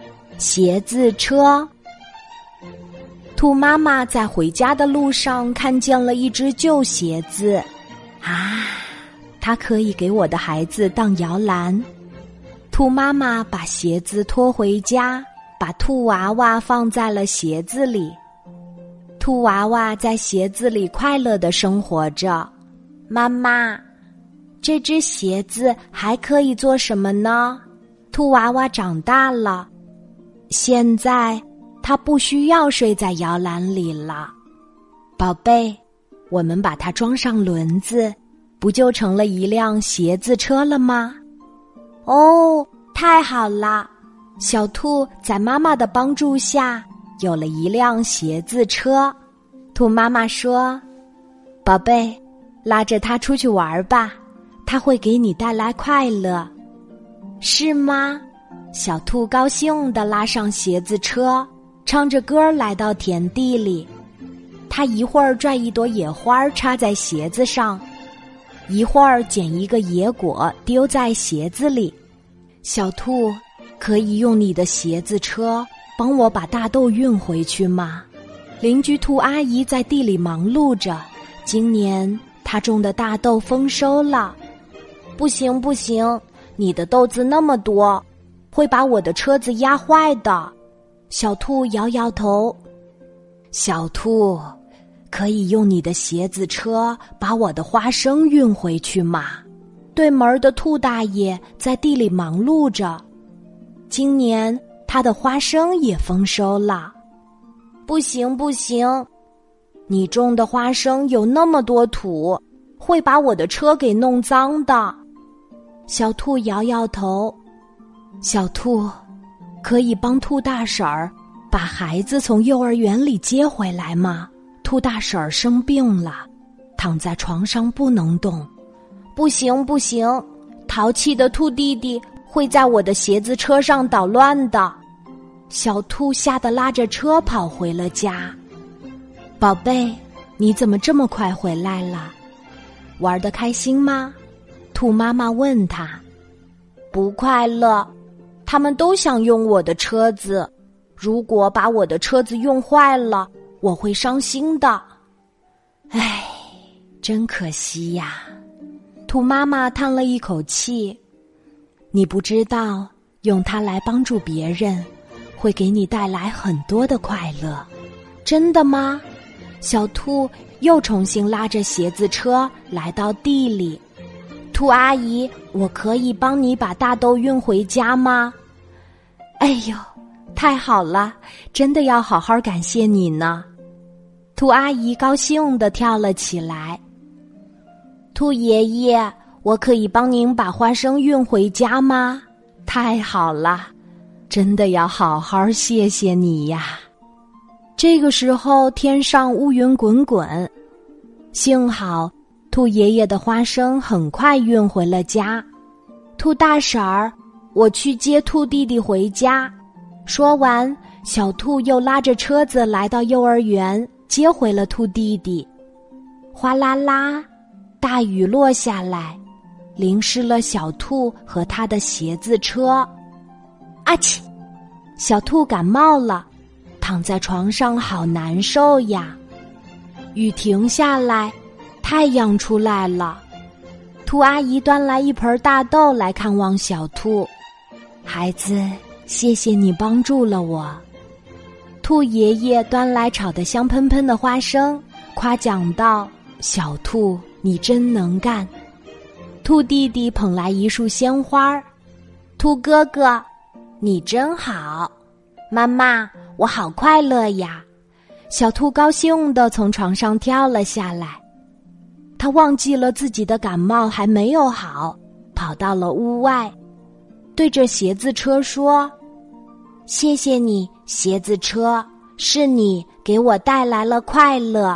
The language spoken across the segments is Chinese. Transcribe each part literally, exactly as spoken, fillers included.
鞋子车。兔妈妈在回家的路上看见了一只旧鞋子，啊，它可以给我的孩子当摇篮。兔妈妈把鞋子拖回家，把兔娃娃放在了鞋子里。兔娃娃在鞋子里快乐地生活着。妈妈，这只鞋子还可以做什么呢？兔娃娃长大了，现在它不需要睡在摇篮里了。宝贝，我们把它装上轮子，不就成了一辆鞋子车了吗？哦，太好了！小兔在妈妈的帮助下有了一辆鞋子车。兔妈妈说：宝贝，拉着它出去玩吧，它会给你带来快乐。是吗？小兔高兴地拉上鞋子车，唱着歌来到田地里。它一会儿拽一朵野花插在鞋子上，一会儿捡一个野果丢在鞋子里。小兔，可以用你的鞋子车帮我把大豆运回去吗？邻居兔阿姨在地里忙碌着，今年她种的大豆丰收了。不行不行，你的豆子那么多，会把我的车子压坏的。小兔摇摇头。小兔，可以用你的鞋子车把我的花生运回去吗？对门的兔大爷在地里忙碌着，今年他的花生也丰收了。不行不行，你种的花生有那么多土，会把我的车给弄脏的。小兔摇摇头。小兔，可以帮兔大婶儿把孩子从幼儿园里接回来吗？兔大婶儿生病了，躺在床上不能动。不行不行，淘气的兔弟弟会在我的鞋子车上捣乱的。小兔吓得拉着车跑回了家。宝贝，你怎么这么快回来了？玩得开心吗？兔妈妈问他。不快乐，他们都想用我的车子，如果把我的车子用坏了，我会伤心的。唉，真可惜呀。兔妈妈叹了一口气。你不知道，用它来帮助别人，会给你带来很多的快乐。真的吗？小兔又重新拉着鞋子车来到地里。兔阿姨，我可以帮你把大豆运回家吗？哎呦，太好了，真的要好好感谢你呢。兔阿姨高兴地跳了起来。兔爷爷，我可以帮您把花生运回家吗？太好了，真的要好好谢谢你呀。这个时候天上乌云滚滚，幸好兔爷爷的花生很快运回了家。兔大婶儿，我去接兔弟弟回家。说完，小兔又拉着车子来到幼儿园，接回了兔弟弟。哗啦啦，大雨落下来，淋湿了小兔和他的鞋子车。啊嚏！小兔感冒了，躺在床上好难受呀。雨停下来，太阳出来了。兔阿姨端来一盆大豆来看望小兔。孩子，谢谢你帮助了我。兔爷爷端来炒得香喷喷的花生，夸奖道：小兔，你真能干。兔弟弟捧来一束鲜花。兔哥哥，你真好。妈妈，我好快乐呀。小兔高兴地从床上跳了下来。他忘记了自己的感冒还没有好，跑到了屋外，对着鞋子车说：谢谢你，鞋子车，是你给我带来了快乐。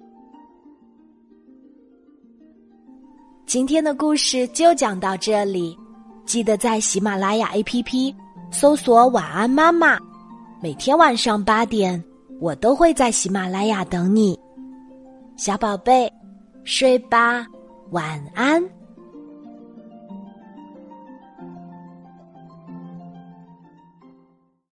今天的故事就讲到这里，记得在喜马拉雅 A P P 搜索晚安妈妈，每天晚上八点，我都会在喜马拉雅等你。小宝贝，睡吧，晚安。